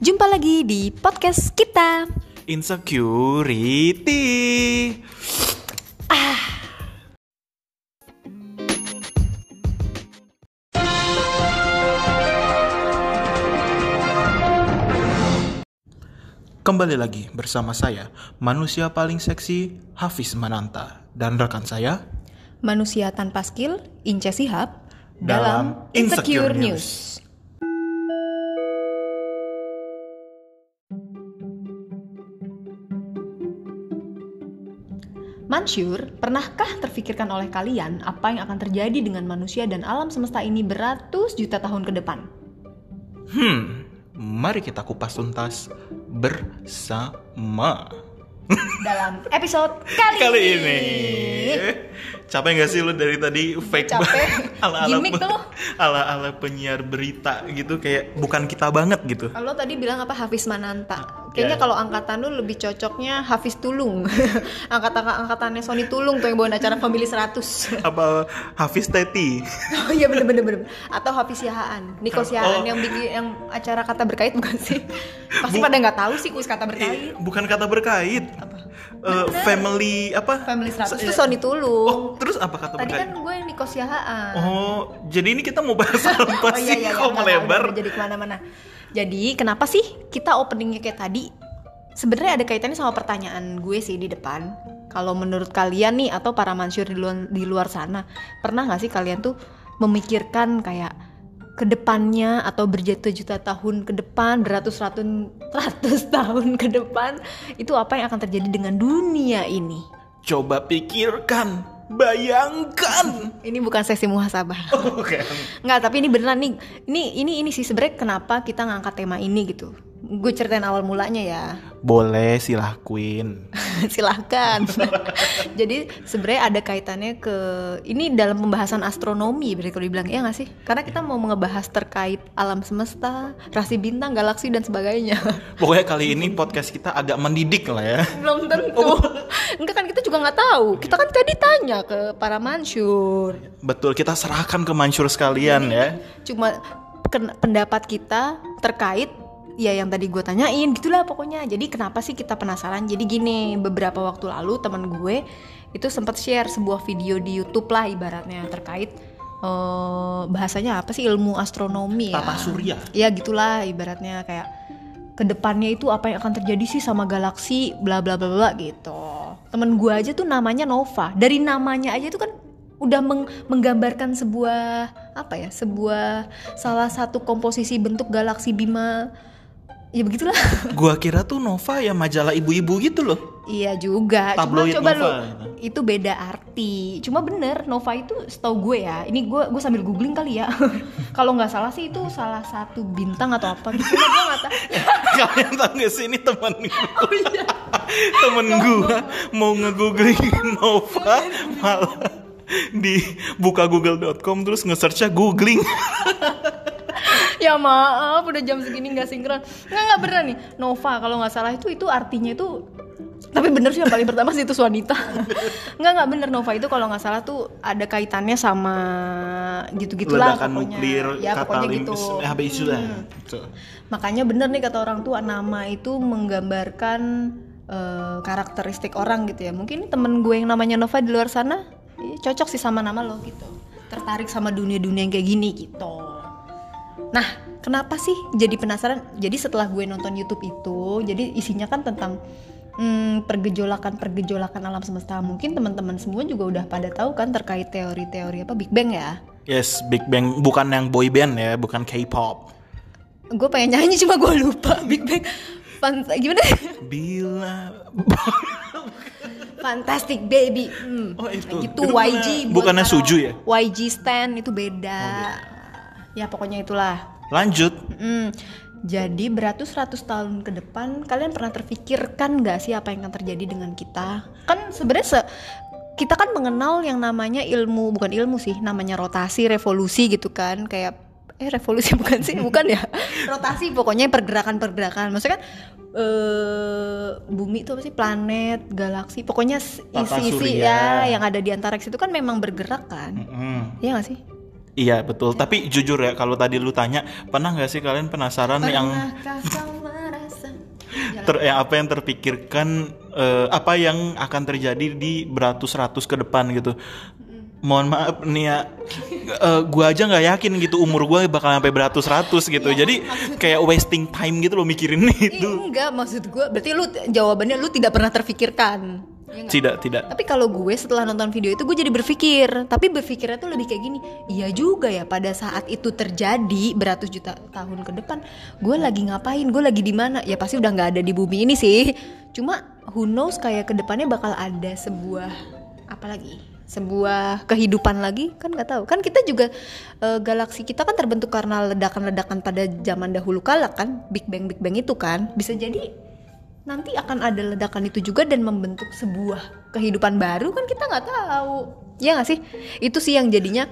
Jumpa lagi di podcast kita Insecurity. Kembali lagi bersama saya, manusia paling seksi Hafiz Mananta, dan rekan saya, manusia tanpa skill Ince Sihab dalam Insecure News. Mansyur, pernahkah terfikirkan oleh kalian apa yang akan terjadi dengan manusia dan alam semesta ini beratus juta tahun ke depan? Mari kita kupas tuntas bersama dalam episode kali ini. Capek gak sih lu dari tadi fake capek. Gimik tuh. Ala-ala penyiar berita gitu, kayak bukan kita banget gitu. Lo tadi bilang apa, Hafiz Mananta. Kayaknya kalau angkatan lu lebih cocoknya Hafiz Tulung. Angkatannya Sony Tulung tuh yang bawain acara Family 100. Apa Hafiz Teti? Oh iya bener. Atau Hafiz Yahaan, Niko Siahaan yang bikin yang acara kata berkait bukan sih? Pasti pada nggak tahu sih kuis kata berkait. Bukan kata berkait. Apa? Family apa? Family 100 itu Sony Tulung. Oh, terus apa kata tadi berkait? Tadi kan gue yang Niko Siahaan. Oh, jadi ini kita mau bahas apa sih? Iya, kok melebar? Jadi kemana-mana. Jadi kenapa sih kita openingnya kayak tadi? Sebenarnya ada kaitannya sama pertanyaan gue sih di depan. Kalau menurut kalian nih atau para mansyur di luar sana, pernah nggak sih kalian tuh memikirkan kayak ke depannya atau berjuta-juta tahun ke depan, beratus tahun ke depan, itu apa yang akan terjadi dengan dunia ini? Coba pikirkan, bayangkan. Ini bukan sesi muhasabah. Oh, okay. Nggak, tapi ini beneran nih. Ini sih sebenarnya kenapa kita ngangkat tema ini gitu. Gue ceritain awal mulanya ya. Boleh, silahkan. Silahkan. Jadi sebenarnya ada kaitannya ke ini dalam pembahasan astronomi, berarti kalau dibilang, ya nggak sih? Karena kita mau ngebahas terkait alam semesta, rasi bintang, galaksi dan sebagainya. Pokoknya kali ini podcast kita agak mendidik lah ya. Belum tentu. Enggak kan, kita juga nggak tahu. Kita kan tadi tanya ke para mansyur. Betul, kita serahkan ke mansyur sekalian ya. Cuma pendapat kita terkait ya yang tadi gue tanyain gitulah pokoknya. Jadi kenapa sih kita penasaran? Jadi gini, beberapa waktu lalu teman gue itu sempat share sebuah video di YouTube lah ibaratnya terkait bahasanya apa sih, ilmu astronomi ya. Tata surya. Ya gitulah ibaratnya, kayak kedepannya itu apa yang akan terjadi sih sama galaksi bla bla bla bla gitu. Temen gue aja tuh namanya Nova. Dari namanya aja tuh kan udah menggambarkan sebuah apa ya, sebuah salah satu komposisi bentuk galaksi Bima. Ya begitulah. Gua kira tuh Nova ya majalah ibu-ibu gitu loh. Iya juga. Tabloid Cuma coba Nova, lu, itu beda arti. Cuma bener Nova itu setahu gue ya. Ini gue sambil googling kali ya. Kalau nggak salah sih itu salah satu bintang atau apa gitu. Cuma gue nggak tahu. Kalian tahu nggak sih, ini temen gue. Oh iya. Temen gue mau nge-googling Nova, malah di buka google.com terus nge-searchnya googling. Ya maaf, udah jam segini nggak sinkron. Nggak beneran nih. Nova kalau nggak salah itu artinya itu. Tapi bener sih yang paling pertama sih itu wanita. Nggak bener, Nova itu kalau nggak salah tuh ada kaitannya sama gitu-gitulah ledakan pokoknya. Nuklir, Ya pokoknya gitu. Makanya bener nih kata orang tua, nama itu menggambarkan karakteristik orang gitu ya. Mungkin temen gue yang namanya Nova di luar sana cocok sih sama nama lo gitu. Tertarik sama dunia-dunia yang kayak gini gitu. Nah, kenapa sih jadi penasaran? Jadi setelah gue nonton YouTube itu, jadi isinya kan tentang pergejolakan alam semesta. Mungkin teman-teman semua juga udah pada tahu kan terkait teori-teori apa Big Bang ya? Yes, Big Bang, bukan yang boy band ya, bukan K-pop. Gue pengen nyanyi cuma gue lupa Big Bang. Gimana? Bila Fantastic Baby. Oh itu. Gitu YG. Bukannya Suju ya? YG Stan itu beda. Ya pokoknya itulah. Lanjut. Jadi beratus-ratus tahun ke depan, kalian pernah terfikirkan gak sih apa yang akan terjadi dengan kita? Kan sebenarnya kita kan mengenal yang namanya ilmu, bukan ilmu sih, namanya rotasi, revolusi gitu kan. Kayak revolusi bukan sih, bukan ya. Rotasi pokoknya pergerakan. Maksudnya kan bumi itu apa sih, planet, galaksi, pokoknya isi-isi ya yang ada di antaraks itu kan memang bergerak kan. Iya gak sih? Iya betul, tapi jujur ya kalau tadi lu tanya, pernah gak sih kalian penasaran yang pernahkah kau apa yang terpikirkan, apa yang akan terjadi di beratus-ratus ke depan gitu. Mohon maaf nih ya, gue aja nggak yakin gitu umur gue bakal sampai beratus-ratus gitu. Jadi kayak wasting time gitu loh mikirin itu. Enggak, maksud gue berarti lu jawabannya lu tidak pernah terfikirkan. Ya Tidak. Tapi kalau gue setelah nonton video itu gue jadi berpikir, tapi berpikirnya tuh lebih kayak gini. Iya juga ya, pada saat itu terjadi beratus juta tahun ke depan, gue lagi ngapain? Gue lagi di mana? Ya pasti udah nggak ada di bumi ini sih. Cuma who knows, kayak kedepannya bakal ada sebuah kehidupan lagi, kan nggak tahu. Kan kita juga galaksi kita kan terbentuk karena ledakan-ledakan pada zaman dahulu kala kan, Big Bang itu kan. Bisa jadi nanti akan ada ledakan itu juga dan membentuk sebuah kehidupan baru, kan kita nggak tahu. Ya nggak sih? Itu sih yang jadinya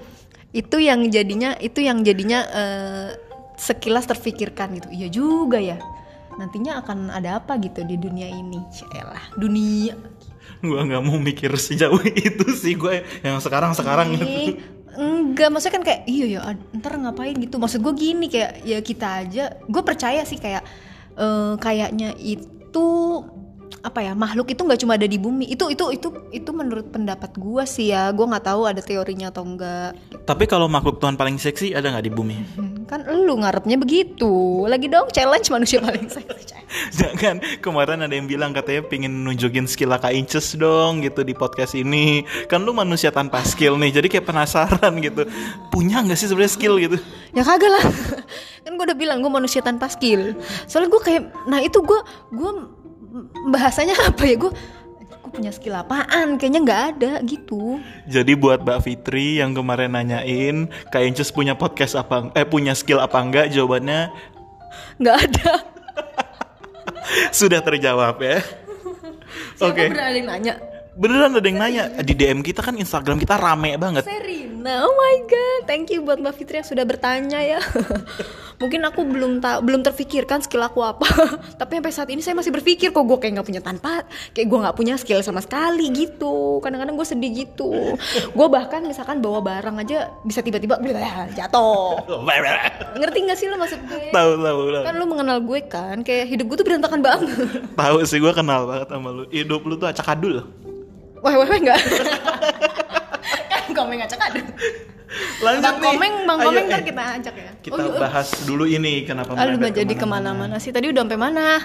sekilas terfikirkan gitu. Iya juga ya. Nantinya akan ada apa gitu di dunia ini. Yaelah, dunia. Gue nggak mau mikir sejauh itu sih, gue yang sekarang gitu. Enggak, maksudnya kan kayak iya ya ntar ngapain gitu. Maksud gue gini, kayak ya kita aja, gue percaya sih kayak kayaknya itu makhluk itu nggak cuma ada di bumi. Itu menurut pendapat gue sih ya. Gue nggak tahu ada teorinya atau enggak. Tapi kalau makhluk Tuhan paling seksi ada nggak di bumi? Kan lu ngarepnya begitu. Lagi dong challenge manusia paling seksi. Jangan, kemarin ada yang bilang katanya pingin nunjukin skill Kak Inces dong gitu di podcast ini. Kan lu manusia tanpa skill nih, jadi kayak penasaran gitu. Punya nggak sih sebenarnya skill gitu? Ya kagak lah. Kan gue udah bilang gue manusia tanpa skill. Soalnya gue kayak, nah itu gue bahasanya apa ya, gue punya skill apaan, kayaknya nggak ada gitu. Jadi buat Mbak Fitri yang kemarin nanyain Kak Inces punya podcast punya skill apa enggak, jawabannya nggak ada. Sudah terjawab ya. Siapa beneran ada yang nanya? Beneran ada yang nanya di DM kita, kan Instagram kita rame banget. Serina, oh my god, thank you buat Mbak Fitri yang sudah bertanya ya. Mungkin aku belum terfikirkan skill aku apa. Tapi sampai saat ini saya masih berpikir kok gue kayak nggak punya kayak gue nggak punya skill sama sekali gitu. Kadang-kadang gue sedih gitu. Gue bahkan misalkan bawa barang aja bisa tiba-tiba jatuh. Ngerti nggak sih lo maksud gue? Tahu. Kan lo mengenal gue kan, kayak hidup gue tuh berantakan banget. Tahu sih, gue kenal banget sama lu. Hidup lu tuh acak-adul. Wah enggak. Kan Komeng acak adul. Lanjut Bang nih. Komeng ntar kita ajak ya. Kita bahas dulu ini kenapa lu nggak jadi kemana-mana sih. Tadi udah sampai mana?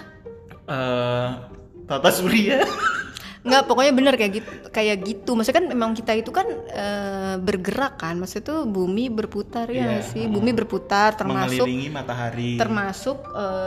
Tata Surya. Nggak, pokoknya bener kayak gitu. Maksudnya kan memang kita itu kan bergerak kan. Maksudnya tuh bumi berputar ya sih. Bumi berputar termasuk mengelilingi matahari. Termasuk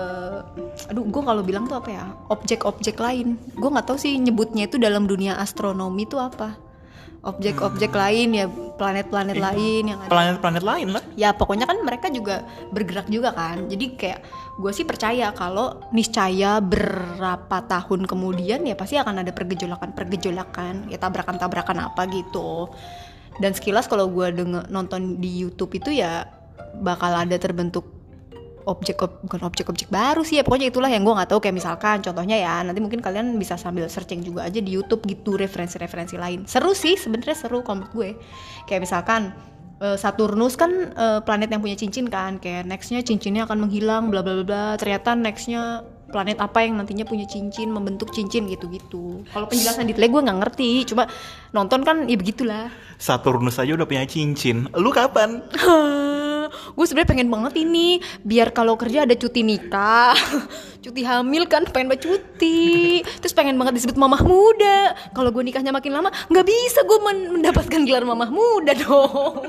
gue kalau bilang tuh apa ya? Objek-objek lain. Gue nggak tahu sih nyebutnya itu dalam dunia astronomi tuh apa. Objek-objek lain ya, planet-planet lain yang ada. Planet-planet lain lah. Ya pokoknya kan mereka juga bergerak juga kan. Jadi kayak gue sih percaya kalau niscaya berapa tahun kemudian ya pasti akan ada pergejolakan, ya tabrakan apa gitu. Dan sekilas kalau gue nonton di YouTube itu ya bakal ada terbentuk bukan objek-objek baru sih ya, pokoknya itulah yang gue nggak tahu. Kayak misalkan contohnya ya, nanti mungkin kalian bisa sambil searching juga aja di YouTube gitu referensi-referensi lain. Seru sih sebenarnya, seru kalau menurut gue. Kayak misalkan Saturnus kan planet yang punya cincin kan, kayak nextnya cincinnya akan menghilang bla bla bla. Ternyata nextnya planet apa yang nantinya punya cincin, membentuk cincin gitu-gitu. Kalau penjelasan detailnya gue nggak ngerti, cuma nonton kan ya begitulah. Saturnus aja udah punya cincin, lu kapan? Gue sebenarnya pengen banget ini biar kalau kerja ada cuti nikah, cuti hamil kan, pengen banget cuti. Terus pengen banget disebut mamah muda. Kalau gue nikahnya makin lama nggak bisa gue mendapatkan gelar mamah muda dong.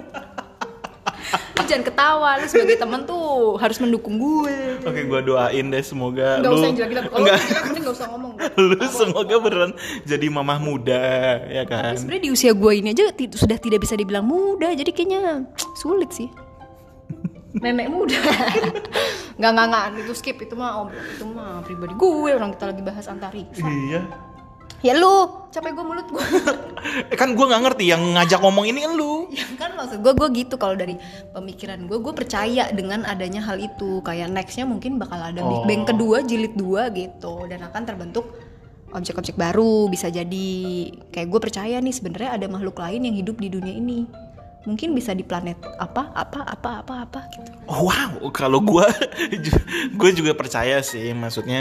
Lu jangan ketawa, lu sebagai teman tuh harus mendukung gue. Oke, gue doain deh semoga nggak lu usah gila-gila. Kalau nggak usah ngomong. Lu semoga beneran jadi mamah muda ya kan. Tapi sebenarnya di usia gue ini aja sudah tidak bisa dibilang muda, jadi kayaknya sulit sih. Nenek muda. Nggak itu skip, itu mah pribadi gue, orang kita lagi bahas antariksa. Iya. Ya lu, capek gue mulut gue. Kan gue nggak ngerti, yang ngajak ngomong ini lu. Ya kan maksud gue gitu, kalau dari pemikiran gue percaya dengan adanya hal itu. Kayak nextnya mungkin bakal ada Big Bang kedua, jilid 2 gitu, dan akan terbentuk objek-objek baru. Bisa jadi kayak gue percaya nih sebenarnya ada makhluk lain yang hidup di dunia ini. Mungkin bisa di planet apa gitu. Oh, wow, kalau gue juga percaya sih, maksudnya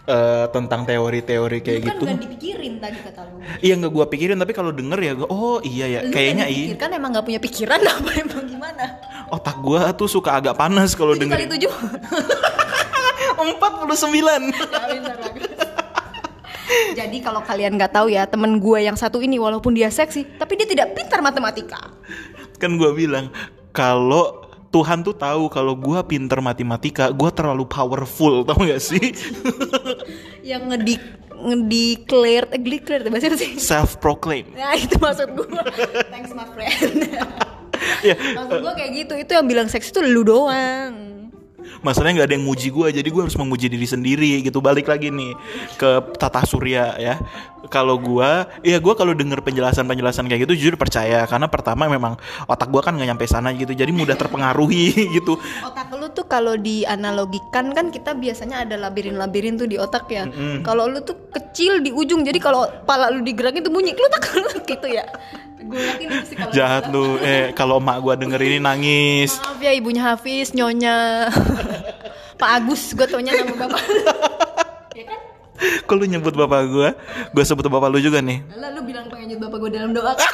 tentang teori-teori kayak gitu. Kan gak dipikirin tadi kata lu. Iya nggak gue pikirin, tapi kalau denger ya gue, oh iya ya, Lu kayaknya kan iya. Kan emang gak punya pikiran apa emang gimana? Otak gue tuh suka agak panas kalau 7 kali denger. 7. 49. Ya, bentar lagi. Jadi kalau kalian nggak tahu ya, temen gue yang satu ini walaupun dia seksi, tapi dia tidak pintar matematika. Kan gue bilang kalau Tuhan tuh tahu kalau gue pinter matematika, gue terlalu powerful, tau gak sih? Yang ngedeclare bahasa apa sih? Self proclaim. Nah itu maksud gue. Thanks my friend. Ya, Maksud gue kayak gitu, itu yang bilang seksi tuh lu doang. masalahnya nggak ada yang muji gue, jadi gue harus memuji diri sendiri gitu. Balik lagi nih ke tata surya ya. Kalau gue kalau denger penjelasan kayak gitu jujur percaya, karena pertama memang otak gue kan nggak nyampe sana gitu, jadi mudah terpengaruhi gitu. Otak lu tuh kalau dianalogikan kan kita biasanya ada labirin tuh di otak ya. Kalau lu tuh kecil di ujung, jadi kalau pala lu digerakin tuh bunyi klutak gitu ya. Gue yakin itu sih kalau Jahat lu, kalau emak gue denger ini nangis. maaf ya ibunya Hafiz, nyonya Pak Agus, gue taunya nama bapak. Ya kan? Kok lu nyebut bapak gue sebut bapak lu juga nih. Lah lu bilang pengen nyebut bapak gue dalam doa kan?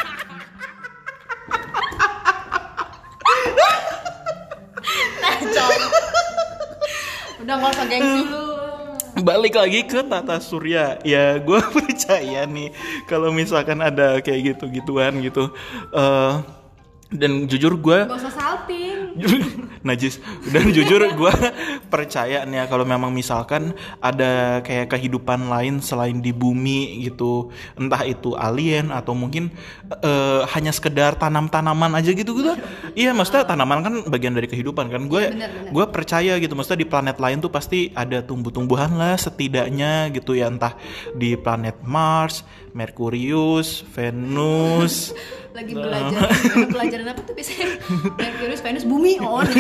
Udah gak usah gengsi lu. Balik lagi ke tata surya, ya gue percaya nih kalau misalkan ada kayak gitu-gituan gitu. Dan jujur gue Gak usah salting. najis. Dan jujur gue percaya nih ya, kalau memang misalkan ada kayak kehidupan lain selain di bumi gitu, entah itu alien atau mungkin hanya sekedar tanam-tanaman aja gitu. Iya, maksudnya tanaman kan bagian dari kehidupan kan. Gue percaya gitu, maksudnya di planet lain tuh pasti ada tumbuh-tumbuhan lah setidaknya gitu ya, entah di planet Mars, Merkurius, Venus. Lagi belajar pelajaran apa tuh biasanya? Merkurius, Venus, bumi.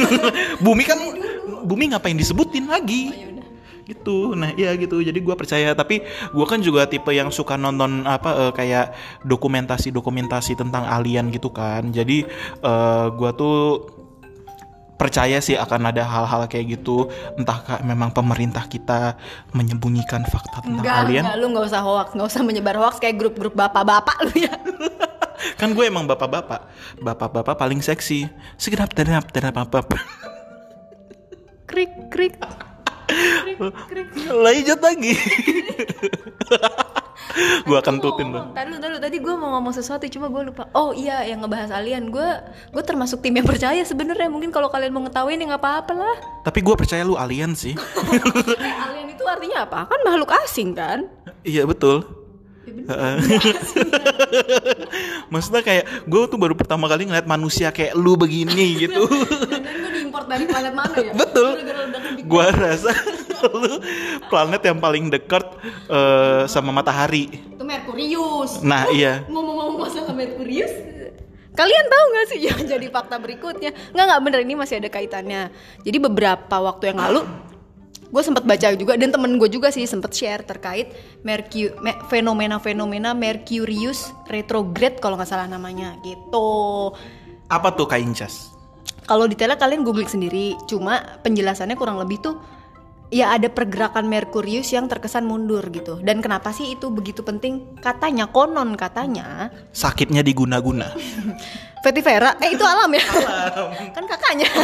Bumi ngapain disebutin lagi? Gitu. Nah iya gitu, jadi gue percaya. Tapi gue kan juga tipe yang suka nonton kayak dokumentasi tentang alien gitu kan. Jadi gue tuh percaya sih akan ada hal-hal kayak gitu. Entah memang pemerintah kita menyembunyikan fakta tentang alien. Enggak, lu gak usah hoax, gak usah menyebar hoax kayak grup-grup bapak-bapak lu ya. Kan gue emang bapak-bapak paling seksi. Sekedap apa. Krik. Lanjut lagi. Gue akan tutin tuh. Tadi gue mau ngomong sesuatu cuma gue lupa. Oh iya, yang ngebahas alien. Gue termasuk tim yang percaya sebenarnya. Mungkin kalau kalian mau ngetawain ya nggak apa-apa lah. Tapi gue percaya lu alien sih. Alien itu artinya apa? Kan makhluk asing kan? Iya betul. Maksudnya kayak gue tuh baru pertama kali ngeliat manusia kayak lu begini gitu. Dan gue diimport dari planet mana ya? Betul. Gue rasa lu planet yang paling dekat sama matahari. Itu Merkurius. Nah iya. Ngomong-ngomong masalah Merkurius, kalian tahu nggak sih yang jadi fakta berikutnya? Nggak bener, ini masih ada kaitannya. Jadi beberapa waktu yang lalu gue sempat baca juga, dan temen gue juga sih sempat share terkait fenomena Merkurius retrograde kalau nggak salah namanya gitu. Apa tuh Kak Incas? Kalau detailnya kalian googling sendiri, cuma penjelasannya kurang lebih tuh ya ada pergerakan Merkurius yang terkesan mundur gitu. Dan kenapa sih itu begitu penting? Konon katanya sakitnya diguna-guna. Vetivera, itu alam ya? Alam. Kan kakaknya.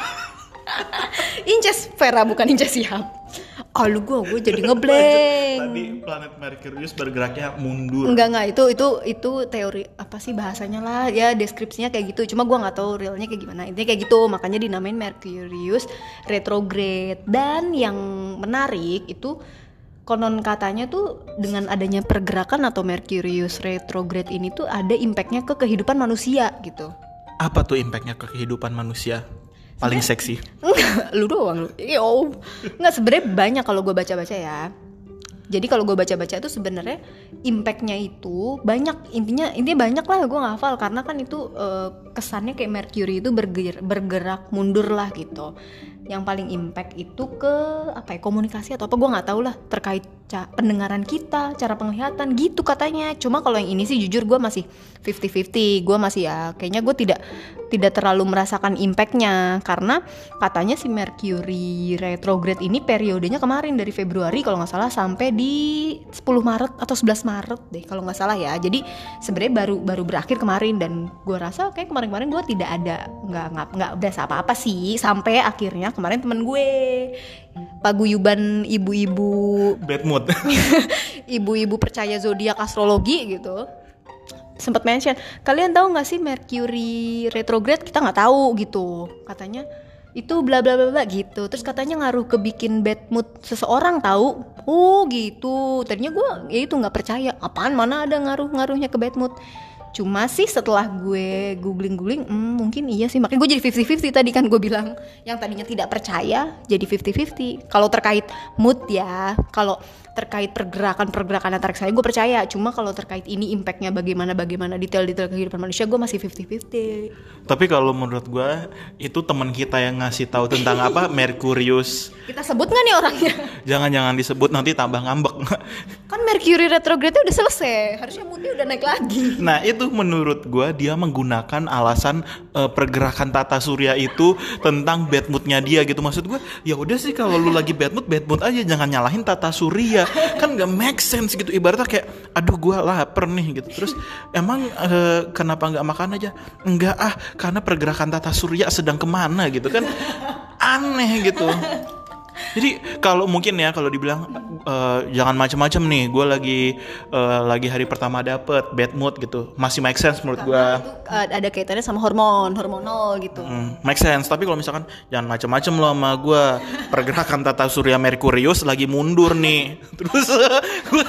Inces Vera bukan Inces Siap. Kalau gue jadi ngeblank. Tadi planet Merkurius bergeraknya mundur. Enggak, itu teori apa sih bahasanya lah ya, deskripsinya kayak gitu. Cuma gue nggak tahu realnya kayak gimana. Intinya kayak gitu, makanya dinamain Merkurius retrograde. Dan yang menarik itu konon katanya tuh dengan adanya pergerakan atau Merkurius retrograde ini tuh ada impactnya ke kehidupan manusia gitu. Apa tuh impactnya ke kehidupan manusia? Paling seksi. Enggak, lu doang lu. Enggak, sebenarnya banyak kalau gue baca-baca ya. Jadi kalau gue baca-baca itu sebenarnya impactnya itu banyak, intinya banyak lah, gue nggak hafal karena kan itu kesannya kayak Mercury itu bergerak mundur lah gitu. Yang paling impact itu ke komunikasi atau apa, gue nggak tahu lah terkait pendengaran kita, cara penglihatan gitu katanya. Cuma kalau yang ini sih jujur gue masih 50-50. Gue masih ya kayaknya gue tidak terlalu merasakan impactnya, karena katanya si Mercury retrograde ini periodenya kemarin dari Februari kalau nggak salah sampai di 10 Maret atau 11 Maret deh kalau nggak salah ya. Jadi sebenarnya baru berakhir kemarin, dan gue rasa kayak kemarin gue tidak ada nggak berasa apa-apa sih, sampai akhirnya kemarin temen gue paguyuban ibu-ibu Bad mood. ibu-ibu percaya zodiak astrologi gitu sempat mention, kalian tahu nggak sih Mercury retrograde? Kita nggak tahu gitu katanya, itu bla bla bla bla gitu. Terus katanya ngaruh ke bikin bad mood seseorang tahu. Oh gitu. Tadinya gue ya itu nggak percaya, apaan, mana ada ngaruhnya ke bad mood. Cuma sih setelah gue googling mungkin iya sih, makanya gue jadi 50-50 tadi kan gue bilang. Yang tadinya tidak percaya jadi 50-50. Kalau terkait mood ya, kalau terkait pergerakan antar saya gue percaya. Cuma kalau terkait ini impactnya bagaimana detail-detail kehidupan manusia, gue masih 50-50. Tapi kalau menurut gue itu teman kita yang ngasih tahu tentang apa Merkurius. Kita sebut nggak nih orangnya? Jangan disebut, nanti tambah ngambek. Kan Mercury retrograde udah selesai, harusnya moodnya udah naik lagi. Nah itu menurut gue dia menggunakan alasan pergerakan tata surya itu tentang bad moodnya dia gitu. Maksud gue ya udah sih, kalau lu lagi bad mood aja, jangan nyalahin tata surya. Kan gak make sense gitu. Ibaratnya kayak aduh gue lapar nih gitu, terus emang kenapa gak makan aja? Enggak karena pergerakan tata surya sedang kemana gitu kan. Aneh gitu. Jadi kalau mungkin ya kalau dibilang jangan macam-macam nih, gue lagi hari pertama dapet bad mood gitu, masih make sense menurut gue. Ada kaitannya sama hormonal gitu. Make sense. Tapi kalau misalkan jangan macam-macam lo sama gue, pergerakan tata surya Merkurius lagi mundur nih, terus gue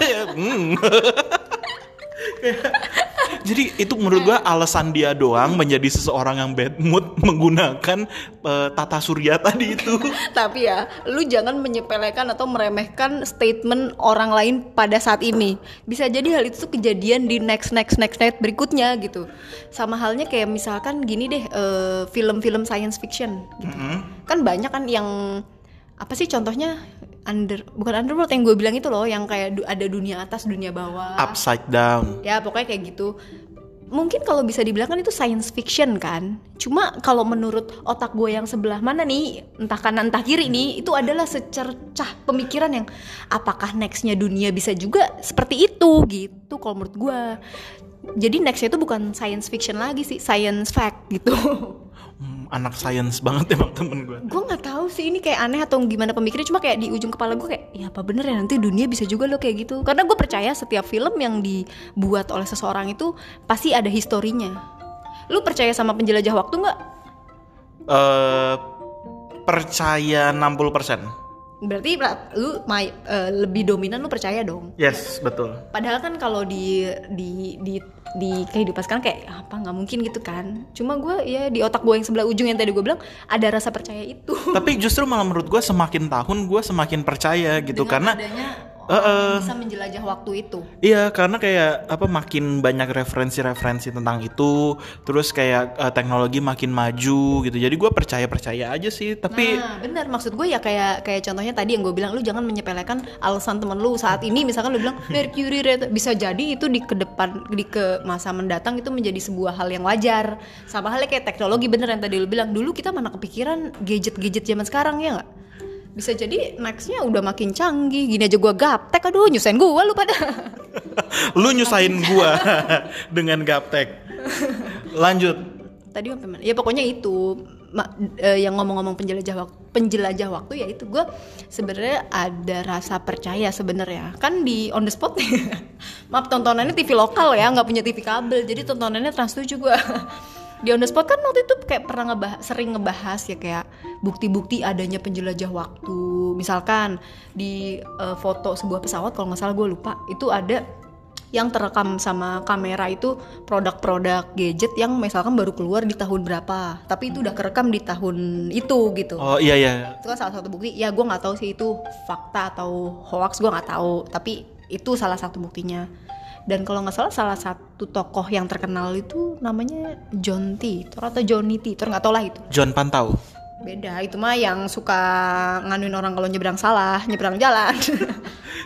jadi itu menurut gue alasan dia doang menjadi seseorang yang bad mood menggunakan tata surya tadi itu. Tapi ya, lu jangan menyepelekan atau meremehkan statement orang lain pada saat ini. Bisa jadi hal itu tuh kejadian di next berikutnya gitu. Sama halnya kayak misalkan gini deh, film-film science fiction gitu. Kan banyak kan yang apa sih contohnya, bukan underworld yang gue bilang itu loh, yang kayak ada dunia atas dunia bawah, upside down ya pokoknya kayak gitu. Mungkin kalau bisa dibilang kan itu science fiction kan, cuma kalau menurut otak gue yang sebelah mana nih, entah kanan entah kiri nih, itu adalah secercah pemikiran yang apakah nextnya dunia bisa juga seperti itu gitu kalau menurut gue. Jadi nextnya itu bukan science fiction lagi sih, science fact gitu. Anak science banget emang temen gue. Gue nggak tahu sih ini kayak aneh atau gimana pemikirannya, cuma kayak di ujung kepala gue kayak ya apa bener ya nanti dunia bisa juga lo kayak gitu. Karena gue percaya setiap film yang dibuat oleh seseorang itu pasti ada historinya. Lu percaya sama penjelajah waktu nggak? Percaya 60%. Berarti lu lebih dominan lu percaya dong. Yes, betul. Padahal kan kalau di kehidupan sekarang kayak apa nggak mungkin gitu kan. Cuma gue ya di otak gue yang sebelah ujung yang tadi gue bilang ada rasa percaya itu. Tapi justru malah menurut gue semakin tahun gue semakin percaya gitu. Dengan karena adanya orang bisa menjelajah waktu itu. Iya, karena kayak makin banyak referensi tentang itu, terus kayak teknologi makin maju gitu. Jadi gue percaya aja sih. Tapi benar, maksud gue ya kayak contohnya tadi yang gue bilang, lu jangan menyepelekan alasan temen lu saat ini. Misalkan lu bilang Mercury bisa jadi itu di masa mendatang itu menjadi sebuah hal yang wajar. Sama halnya kayak teknologi, bener yang tadi lu bilang. Dulu kita mana kepikiran gadget zaman sekarang, ya nggak? Bisa jadi nextnya udah makin canggih. Gini aja gue gaptek, aduh nyusahin gue lu pada. Lu nyusahin gue dengan gaptek. Lanjut. Tadi sampai mana? Ya pokoknya itu yang ngomong-ngomong penjelajah waktu ya itu gue sebenarnya ada rasa percaya sebenarnya. Kan di on the spot maaf, tontonannya TV lokal ya, nggak punya TV kabel, jadi tontonannya Trans 7 gue. Di on the spot kan waktu itu kayak pernah sering ngebahas ya kayak bukti-bukti adanya penjelajah waktu. Misalkan di foto sebuah pesawat, kalau nggak salah gue lupa, itu ada yang terekam sama kamera itu produk-produk gadget yang misalkan baru keluar di tahun berapa, tapi itu udah kerekam di tahun itu gitu. Oh iya. Itu kan salah satu bukti. Ya gue nggak tahu sih itu fakta atau hoax, gue nggak tahu. Tapi itu salah satu buktinya. Dan kalau nggak salah satu tokoh yang terkenal itu namanya John Titor atau Johnny Titor, nggak tau lah itu. John Pantau. Beda, itu mah yang suka nganuin orang kalau nyebrang salah, nyebrang jalan. Iya bener.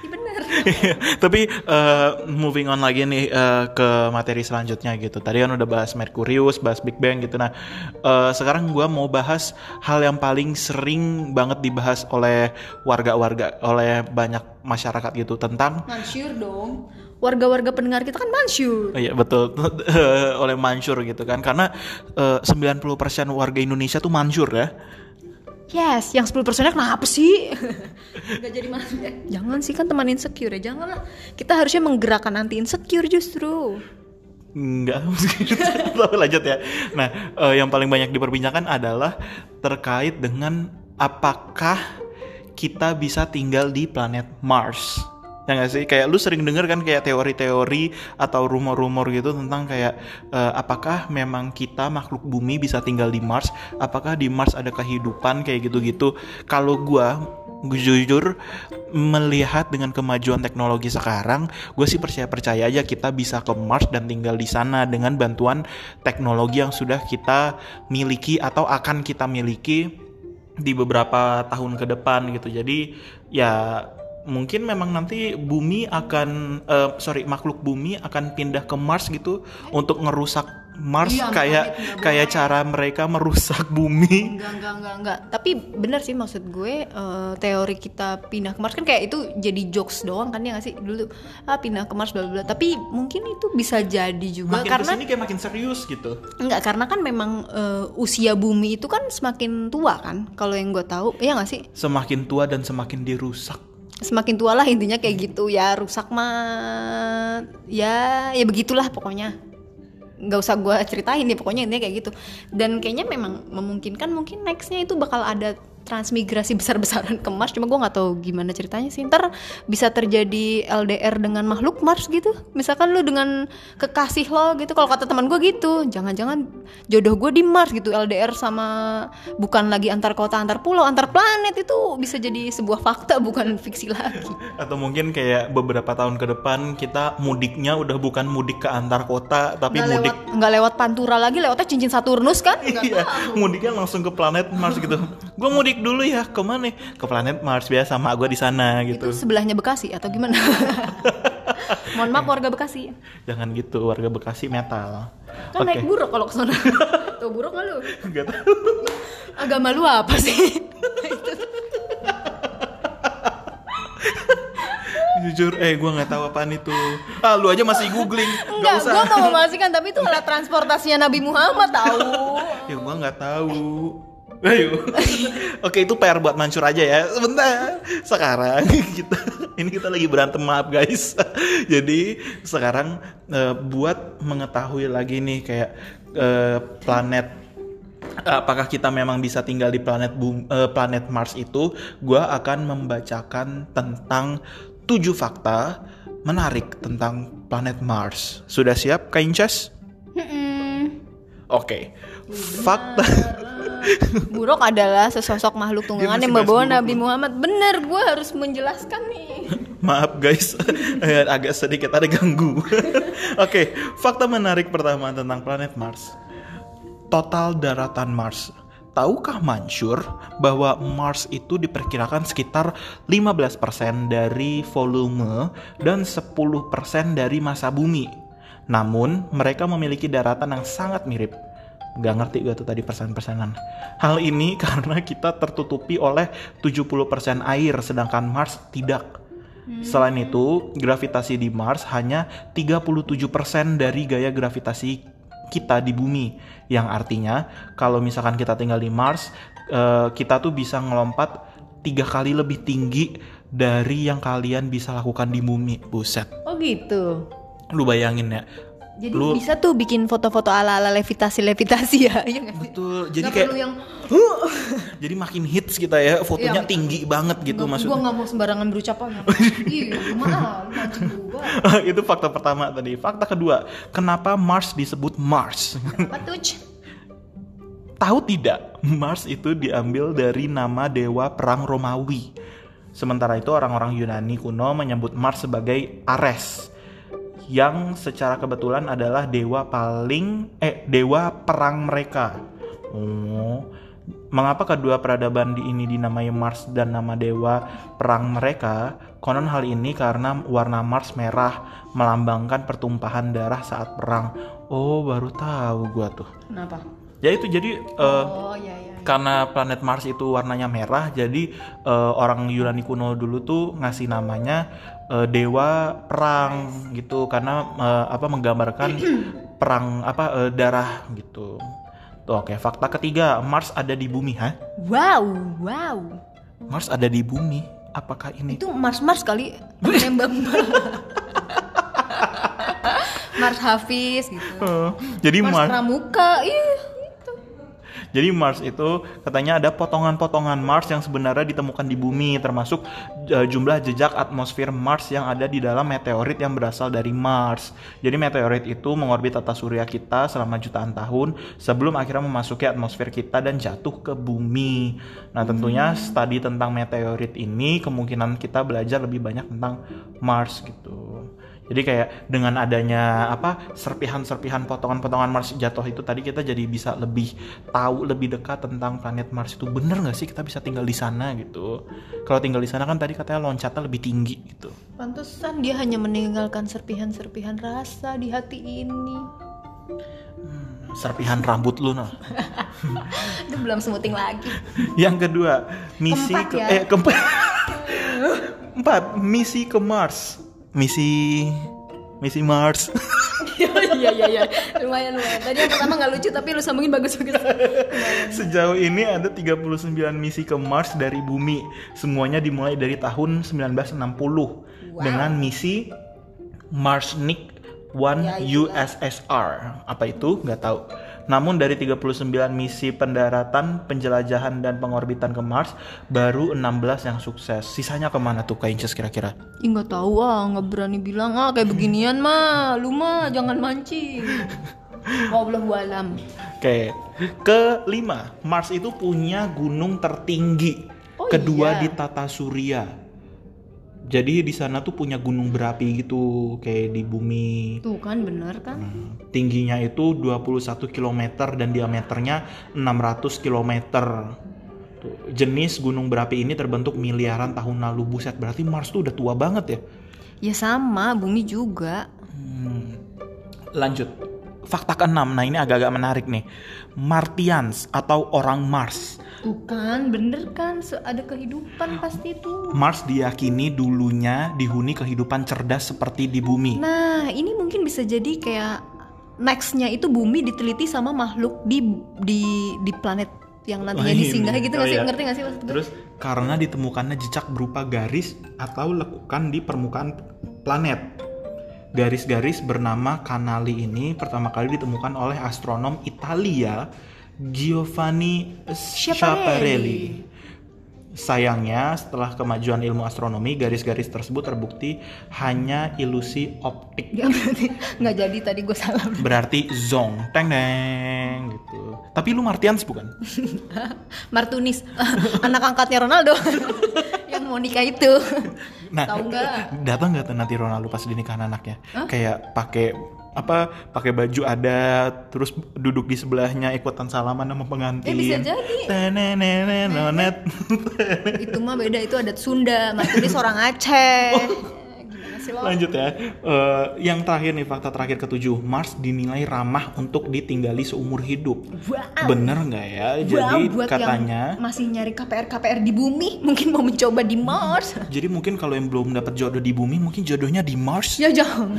Tapi moving on lagi nih ke materi selanjutnya gitu. Tadi kan udah bahas Merkurius, bahas Big Bang gitu. Nah, sekarang gue mau bahas hal yang paling sering banget dibahas oleh warga-warga, oleh banyak masyarakat gitu tentang Mansur dong. Warga-warga pendengar kita kan Mansur. iya betul oleh Mansur gitu kan. Karena 90% warga Indonesia tuh Mansur ya. Yes, yang 10%-nya kenapa sih? Gak jadi Mansur. Jangan sih, kan teman insecure ya. Janganlah. Kita harusnya menggerakkan anti insecure justru. Enggak, tapi lanjut ya. Nah, yang paling banyak diperbincangkan adalah terkait dengan apakah kita bisa tinggal di planet Mars. Ya nggak sih? Kayak lu sering denger kan kayak teori-teori atau rumor-rumor gitu tentang kayak apakah memang kita makhluk bumi bisa tinggal di Mars? Apakah di Mars ada kehidupan kayak gitu-gitu? Kalau gue jujur melihat dengan kemajuan teknologi sekarang, gue sih percaya aja kita bisa ke Mars dan tinggal di sana dengan bantuan teknologi yang sudah kita miliki atau akan kita miliki di beberapa tahun ke depan gitu. Jadi ya mungkin memang nanti makhluk bumi akan pindah ke Mars gitu untuk ngerusak Mars. Iya, kayak cara mereka merusak bumi. Enggak. Tapi benar sih maksud gue, teori kita pindah ke Mars kan kayak itu jadi jokes doang kan ya nggak sih dulu pindah ke Mars bla bla. Tapi mungkin itu bisa jadi juga makin karena kesini kayak makin serius gitu. enggak, karena kan memang usia bumi itu kan semakin tua kan kalau yang gue tahu, ya nggak sih? Semakin tua dan semakin dirusak. Semakin tua lah intinya kayak gitu ya, rusak mah ya begitulah pokoknya. Nggak usah gue ceritain ya, pokoknya intinya kayak gitu. Dan kayaknya memang memungkinkan mungkin nextnya itu bakal ada transmigrasi besar-besaran ke Mars. Cuma gue nggak tahu gimana ceritanya sih. Ntar bisa terjadi LDR dengan makhluk Mars gitu. Misalkan lu dengan kekasih lo gitu. Kalau kata teman gue gitu, jangan-jangan jodoh gue di Mars gitu. LDR sama bukan lagi antar kota, antar pulau, antar planet. Itu bisa jadi sebuah fakta, bukan fiksi lagi. Atau mungkin kayak beberapa tahun ke depan kita mudiknya udah bukan mudik ke antar kota, tapi nggak lewat Pantura lagi, lewatnya cincin Saturnus kan? Iya, mudiknya langsung ke planet Mars gitu. Gue mudik dulu ya, kemana? Ke planet Mars biasa, sama gue di sana gitu. Itu sebelahnya Bekasi atau gimana? Mohon maaf warga Bekasi. Jangan gitu, warga Bekasi metal. Kan naik buruk kalau kesana. Tuh buruk nggak lu? Gak tahu. Agama lu apa sih? Jujur, gue nggak tahu apaan itu. Lu aja masih googling. Enggak, gue mau memastikan, tapi itu alat transportasinya Nabi Muhammad tahu. Ya gue nggak tahu. Ayo. Oke, itu PR buat Mansur aja ya. Sebentar. Sekarang kita lagi berantem, maaf guys. Jadi sekarang buat mengetahui lagi nih kayak planet, apakah kita memang bisa tinggal di planet Mars itu, gue akan membacakan tentang 7 fakta menarik tentang planet Mars. Sudah siap, Kak Incas? Oke. Fakta Buruk adalah sesosok makhluk tunggangan yang membawa Nabi Muhammad. Bener, gue harus menjelaskan nih. Maaf guys, agak sedikit ada ganggu. Oke, fakta menarik pertama tentang planet Mars. Total daratan Mars. Tahukah Mansur bahwa Mars itu diperkirakan sekitar 15% dari volume dan 10% dari massa bumi. Namun, mereka memiliki daratan yang sangat mirip. Gak ngerti gue tuh tadi persen-persenan. Hal ini karena kita tertutupi oleh 70% air, sedangkan Mars tidak. Selain itu, gravitasi di Mars hanya 37% dari gaya gravitasi kita di bumi. Yang artinya, kalau misalkan kita tinggal di Mars, kita tuh bisa ngelompat 3 kali lebih tinggi dari yang kalian bisa lakukan di bumi. Buset. Oh gitu. Lu bayangin ya. Jadi bisa tuh bikin foto-foto ala-ala levitasi ya, iya gak sih? Betul, jadi gak kayak perlu yang jadi makin hits kita ya, fotonya tinggi banget gitu maksudnya. Gue gak mau sembarangan berucap aja. Iya, gimana? Itu fakta pertama tadi. Fakta kedua, kenapa Mars disebut Mars? Apa tuh? Tahu tidak, Mars itu diambil dari nama dewa perang Romawi. Sementara itu orang-orang Yunani kuno menyebut Mars sebagai Ares, yang secara kebetulan adalah dewa perang mereka. Mengapa kedua peradaban ini dinamai Mars dan nama dewa perang mereka? Konon hal ini karena warna Mars merah melambangkan pertumpahan darah saat perang. Oh, baru tahu gua tuh. Kenapa? Ya itu jadi Iya. karena planet Mars itu warnanya merah, jadi orang Yunani kuno dulu tuh ngasih namanya dewa perang gitu, karena menggambarkan perang darah gitu. Tuh, oke, fakta ketiga, Mars ada di bumi, Wow. Mars ada di bumi. Apakah ini? Itu Mars kali Mbak. Mars Hafiz gitu. Jadi Mars Pramuka. Jadi Mars itu katanya ada potongan-potongan Mars yang sebenarnya ditemukan di bumi, termasuk jumlah jejak atmosfer Mars yang ada di dalam meteorit yang berasal dari Mars. Jadi meteorit itu mengorbit tata surya kita selama jutaan tahun sebelum akhirnya memasuki atmosfer kita dan jatuh ke bumi. Nah, tentunya studi tentang meteorit ini kemungkinan kita belajar lebih banyak tentang Mars gitu. Jadi kayak dengan adanya serpihan-serpihan potongan-potongan Mars jatuh itu tadi, kita jadi bisa lebih tahu lebih dekat tentang planet Mars itu. Bener nggak sih kita bisa tinggal di sana gitu? Kalau tinggal di sana kan tadi katanya loncatnya lebih tinggi gitu. Pantesan dia hanya meninggalkan serpihan-serpihan rasa di hati ini. Serpihan rambut lu nah. Itu belum semuting lagi. Yang kedua, misi keempat, misi ke Mars. Misi Mars. Iya. Lumayan. Tadi yang pertama nggak lucu, tapi lu sambungin bagus. Sejauh ini ada 39 misi ke Mars dari bumi. Semuanya dimulai dari tahun 1960 dengan misi Marsnik 1 USSR. Apa itu? Nggak tahu. Namun dari 39 misi pendaratan, penjelajahan, dan pengorbitan ke Mars, baru 16 yang sukses. Sisanya kemana tuh Kak Inces kira-kira? Nggak tahu nggak berani bilang kayak beginian mah. Lu mah jangan mancing. Wallahu alam. Oke. Kelima, Mars itu punya gunung tertinggi kedua di tata surya. Jadi di sana tuh punya gunung berapi gitu kayak di bumi. Tuh kan bener kan? Tingginya itu 21 km dan diameternya 600 km. Tuh, jenis gunung berapi ini terbentuk miliaran tahun lalu. Buset, berarti Mars tuh udah tua banget ya? Ya sama, bumi juga. Lanjut. Fakta ke-6, nah ini agak-agak menarik nih. Martians atau orang Mars. Tuh kan, bener kan? Ada kehidupan pasti tuh. Mars diyakini dulunya dihuni kehidupan cerdas seperti di bumi. Nah, ini mungkin bisa jadi kayak next-nya itu bumi diteliti sama makhluk di planet yang nantinya disinggahi gitu nggak sih? Ngerti nggak sih maksud gue? Terus karena ditemukannya jejak berupa garis atau lekukan di permukaan planet. Garis-garis bernama kanali ini pertama kali ditemukan oleh astronom Italia Giovanni Schiaparelli. Sayangnya, setelah kemajuan ilmu astronomi, garis-garis tersebut terbukti hanya ilusi optik. Ya berarti nggak jadi, tadi gue salah. Berarti zong, teng gitu. Tapi lu Martians bukan? Martunis, anak angkatnya Ronaldo yang mau nikah itu. Nah, tahu nggak? Datang nggak tuh nanti Ronaldo pas dinikahan anaknya? Kayak pakai baju adat, terus duduk di sebelahnya ikutan salaman sama pengantin. Bisa jadi. Nonet. Itu mah beda, itu adat Sunda. Martunis orang Aceh. Gimana sih lo? Lanjut ya. Yang terakhir nih, fakta terakhir ke-7, Mars dinilai ramah untuk ditinggali seumur hidup. Wow. Bener nggak ya? Jadi buat katanya yang masih nyari KPR di bumi, mungkin mau mencoba di Mars. Jadi mungkin kalau yang belum dapat jodoh di bumi, mungkin jodohnya di Mars. Ya jangan.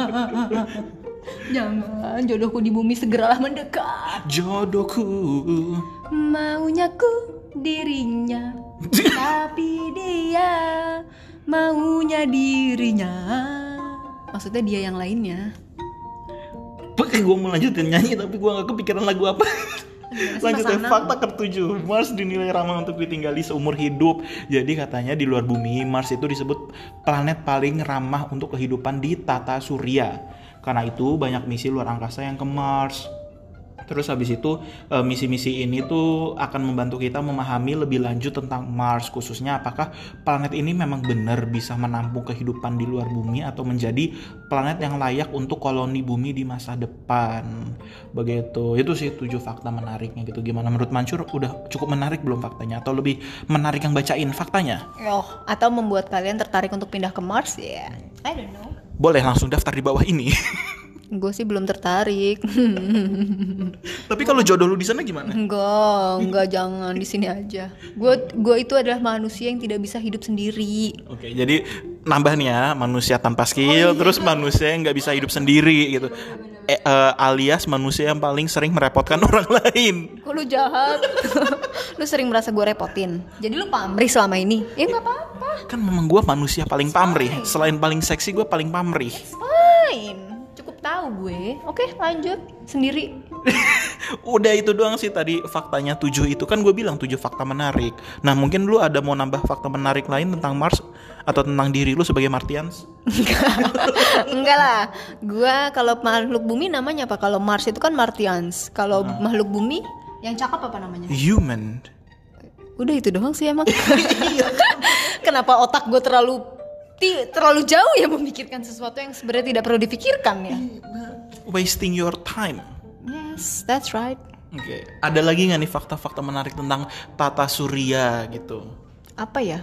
Jangan, jodohku di bumi segeralah mendekat. Jodohku Maunya ku dirinya, tapi dia maunya dirinya. Maksudnya dia yang lainnya. Gue mau lanjutin nyanyi tapi gue gak kepikiran lagu apa. Lanjut ya, fakta ke-7, Mars dinilai ramah untuk ditinggali seumur hidup. Jadi katanya di luar bumi, Mars itu disebut planet paling ramah untuk kehidupan di tata surya. Karena itu banyak misi luar angkasa yang ke Mars. Terus habis itu misi-misi ini tuh akan membantu kita memahami lebih lanjut tentang Mars, khususnya apakah planet ini memang benar bisa menampung kehidupan di luar bumi atau menjadi planet yang layak untuk koloni bumi di masa depan. Begitu. Itu sih 7 fakta menariknya gitu. Gimana menurut Mansur? Udah cukup menarik belum faktanya atau lebih menarik yang bacain faktanya? Atau membuat kalian tertarik untuk pindah ke Mars ya? I don't know. Boleh langsung daftar di bawah ini. Gue sih belum tertarik. Tapi kalau jodoh lu di sana gimana? Enggak, jangan di sini aja. Gue itu adalah manusia yang tidak bisa hidup sendiri. Oke, jadi nambah nih ya, manusia tanpa skill, terus manusia yang nggak bisa hidup sendiri gitu. Alias manusia yang paling sering merepotkan orang lain. Kok lu jahat? Lu sering merasa gue repotin. Jadi lu pamrih selama ini? Ya nggak apa-apa. Kan memang gue manusia paling pamrih. Selain paling seksi, gue paling pamrih. Fine. Tahu gue. Oke, lanjut sendiri. Udah itu doang sih tadi faktanya 7 itu kan gue bilang 7 fakta menarik. Nah, mungkin lu ada mau nambah fakta menarik lain tentang Mars atau tentang diri lu sebagai Martians? Enggak lah. Gue kalau makhluk bumi namanya apa? Kalau Mars itu kan Martians. Kalau makhluk bumi yang cakep apa namanya? Human. Udah itu doang sih emang. Kenapa otak gue terlalu jauh ya memikirkan sesuatu yang sebenarnya tidak perlu dipikirkan ya. Wasting your time. Yes, that's right. Oke. Ada lagi nggak nih fakta-fakta menarik tentang tata surya gitu? Apa ya?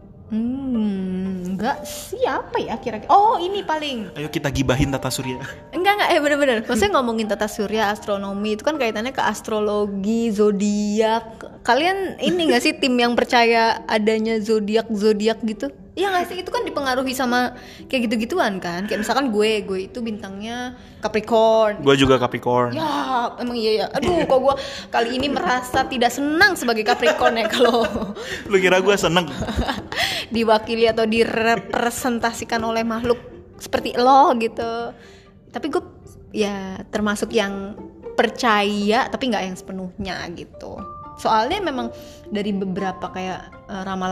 Enggak sih, apa ya kira-kira? Oh, ini paling. Ayo kita gibahin tata surya. Enggak, bener-bener. Maksudnya ngomongin tata surya, astronomi itu kan kaitannya ke astrologi, zodiak. Kalian ini nggak sih tim yang percaya adanya zodiak gitu? Iya nggak sih, itu kan dipengaruhi sama kayak gitu-gituan kan. Kayak misalkan gue itu bintangnya Capricorn. Gue juga Capricorn. Ya, emang iya ya. Aduh, kok gue kali ini merasa tidak senang sebagai Capricorn ya kalau. Lu kira gue seneng? Diwakili atau direpresentasikan oleh makhluk seperti lo gitu. Tapi gue ya termasuk yang percaya tapi nggak yang sepenuhnya gitu. Soalnya memang dari beberapa kayak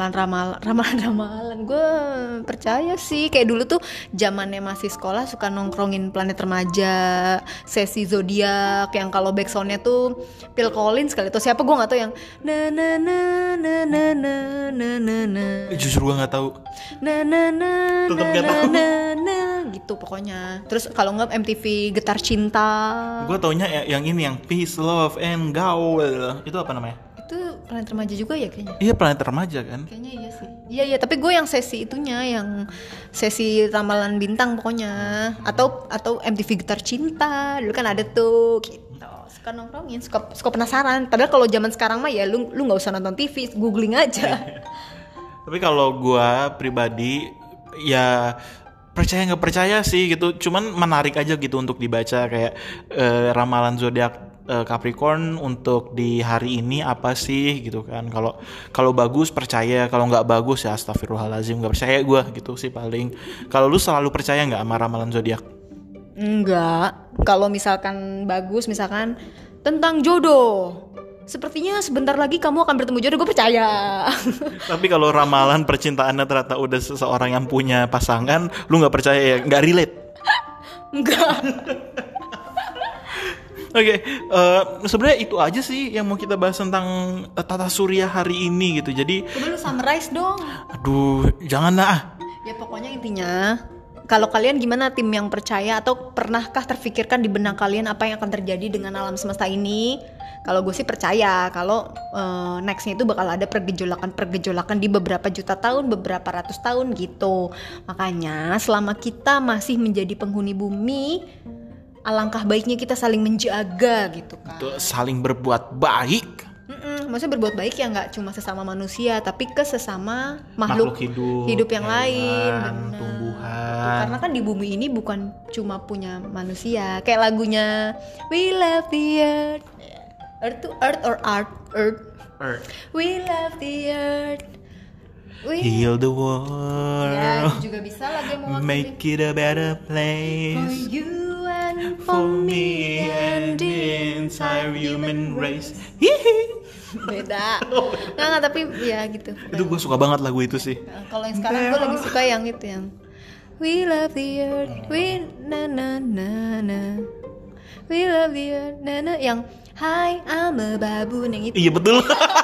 ramalan gue percaya sih. Kayak dulu tuh zamannya masih sekolah suka nongkrongin Planet Remaja, sesi zodiak yang kalau backsoundnya tuh Phil Collins kali atau siapa gue nggak tahu yang na na na na na na na na na. Justru gue nggak tahu. Na na na Tetep nggak tahu. na gitu pokoknya. Terus kalau nggak MTV Getar Cinta. Gue taunya yang ini yang Peace, Love, and Gaul. Itu apa namanya? Itu Planet Remaja juga ya kayaknya. Iya, Planet Remaja kan. Kayaknya iya sih. Iya, tapi gue yang sesi itunya, yang sesi ramalan bintang pokoknya. Atau MTV Getar Cinta. Dulu kan ada tuh gitu. Suka nongkrongin, suka penasaran. Padahal kalau zaman sekarang mah ya lu enggak usah nonton TV, googling aja. Tapi kalau gue pribadi ya percaya nggak percaya sih gitu, cuman menarik aja gitu untuk dibaca kayak ramalan zodiak Capricorn untuk di hari ini apa sih gitu kan. Kalau bagus percaya, kalau nggak bagus ya astagfirullahalazim nggak percaya gue gitu sih paling. Kalau lu selalu percaya nggak sama ramalan zodiak? Enggak. Kalau misalkan bagus, misalkan tentang jodoh, sepertinya sebentar lagi kamu akan bertemu jodoh, gue percaya. Tapi kalau ramalan percintaannya ternyata udah seseorang yang punya pasangan, lu nggak percaya ya, nggak relate? Enggak. Oke, sebenarnya itu aja sih yang mau kita bahas tentang tata surya hari ini gitu. Jadi coba lu summarize dong. Aduh, jangan lah. Ya pokoknya intinya, kalau kalian gimana tim yang percaya, atau pernahkah terfikirkan di benak kalian apa yang akan terjadi dengan alam semesta ini? Kalau gue sih percaya kalau nextnya itu bakal ada pergejolakan di beberapa juta tahun, beberapa ratus tahun gitu. Makanya selama kita masih menjadi penghuni bumi, alangkah baiknya kita saling menjaga gitu kan. Saling berbuat baik. Maksudnya berbuat baik ya nggak cuma sesama manusia, tapi ke sesama makhluk hidup yang lain, tumbuhan. Karena kan di bumi ini bukan cuma punya manusia. Kayak lagunya We Love the Earth, Earth to Earth or Earth. We love the Earth. Heal the world. Ya, itu juga bisa lagi mau make it a better place for you and for me and the entire human race. Beda. Nggak, tapi ya gitu. Itu gue suka banget lagu itu sih. Nah, kalau yang sekarang gue lagi suka yang itu yang We love the earth, we na na na na. We love you, Nana, yang Hi, I'm a baboon yang itu. Iya betul.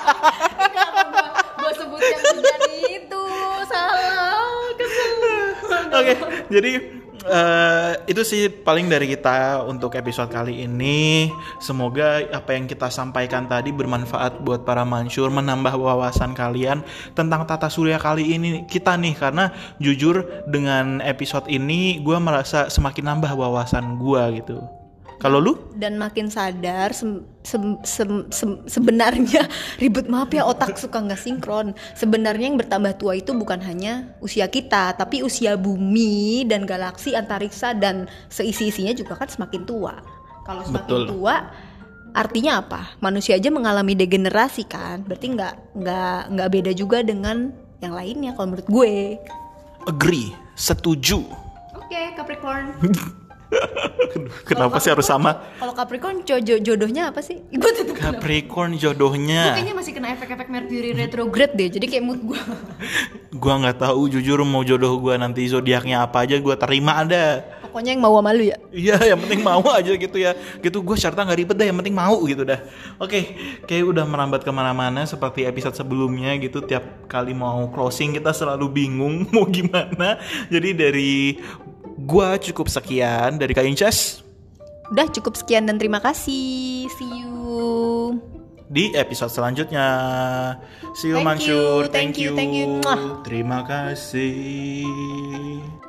Gue sebutkan hujan itu salah. Oke, jadi itu sih paling dari kita untuk episode kali ini. Semoga apa yang kita sampaikan tadi bermanfaat buat para mansur, menambah wawasan kalian tentang tata surya kali ini kita nih. Karena jujur dengan episode ini gue merasa semakin nambah wawasan gue gitu. Kalau lu? Dan makin sadar sebenarnya ribut, maaf ya, otak suka nggak sinkron. Sebenarnya yang bertambah tua itu bukan hanya usia kita, tapi usia bumi dan galaksi, antariksa dan seisi-isinya juga kan semakin tua. Kalau semakin Betul. tua artinya apa? Manusia aja mengalami degenerasi kan. Berarti nggak beda juga dengan yang lainnya kalau menurut gue. Agree, setuju. Oke, Capricorn. Kenapa sih harus sama? Kalau Capricorn jodohnya apa sih? Gue tetep Capricorn gue jodohnya. kayaknya masih kena efek-efek Mercury retrograde deh. Jadi kayak mood gue. Gua nggak tahu jujur mau jodoh gua nanti zodiaknya apa aja gua terima ada. Pokoknya yang mau sama lu ya. Iya, yang penting mau aja gitu ya. Gitu gue syaratnya nggak ribet dah, yang penting mau gitu dah. Oke, kayak udah merambat kemana-mana seperti episode sebelumnya gitu. Tiap kali mau closing kita selalu bingung mau gimana. Jadi dari gua cukup sekian, dari Kak Inces. Udah cukup sekian dan terima kasih. See you. Di episode selanjutnya. See you Thank you, Mansur. thank you. Terima kasih.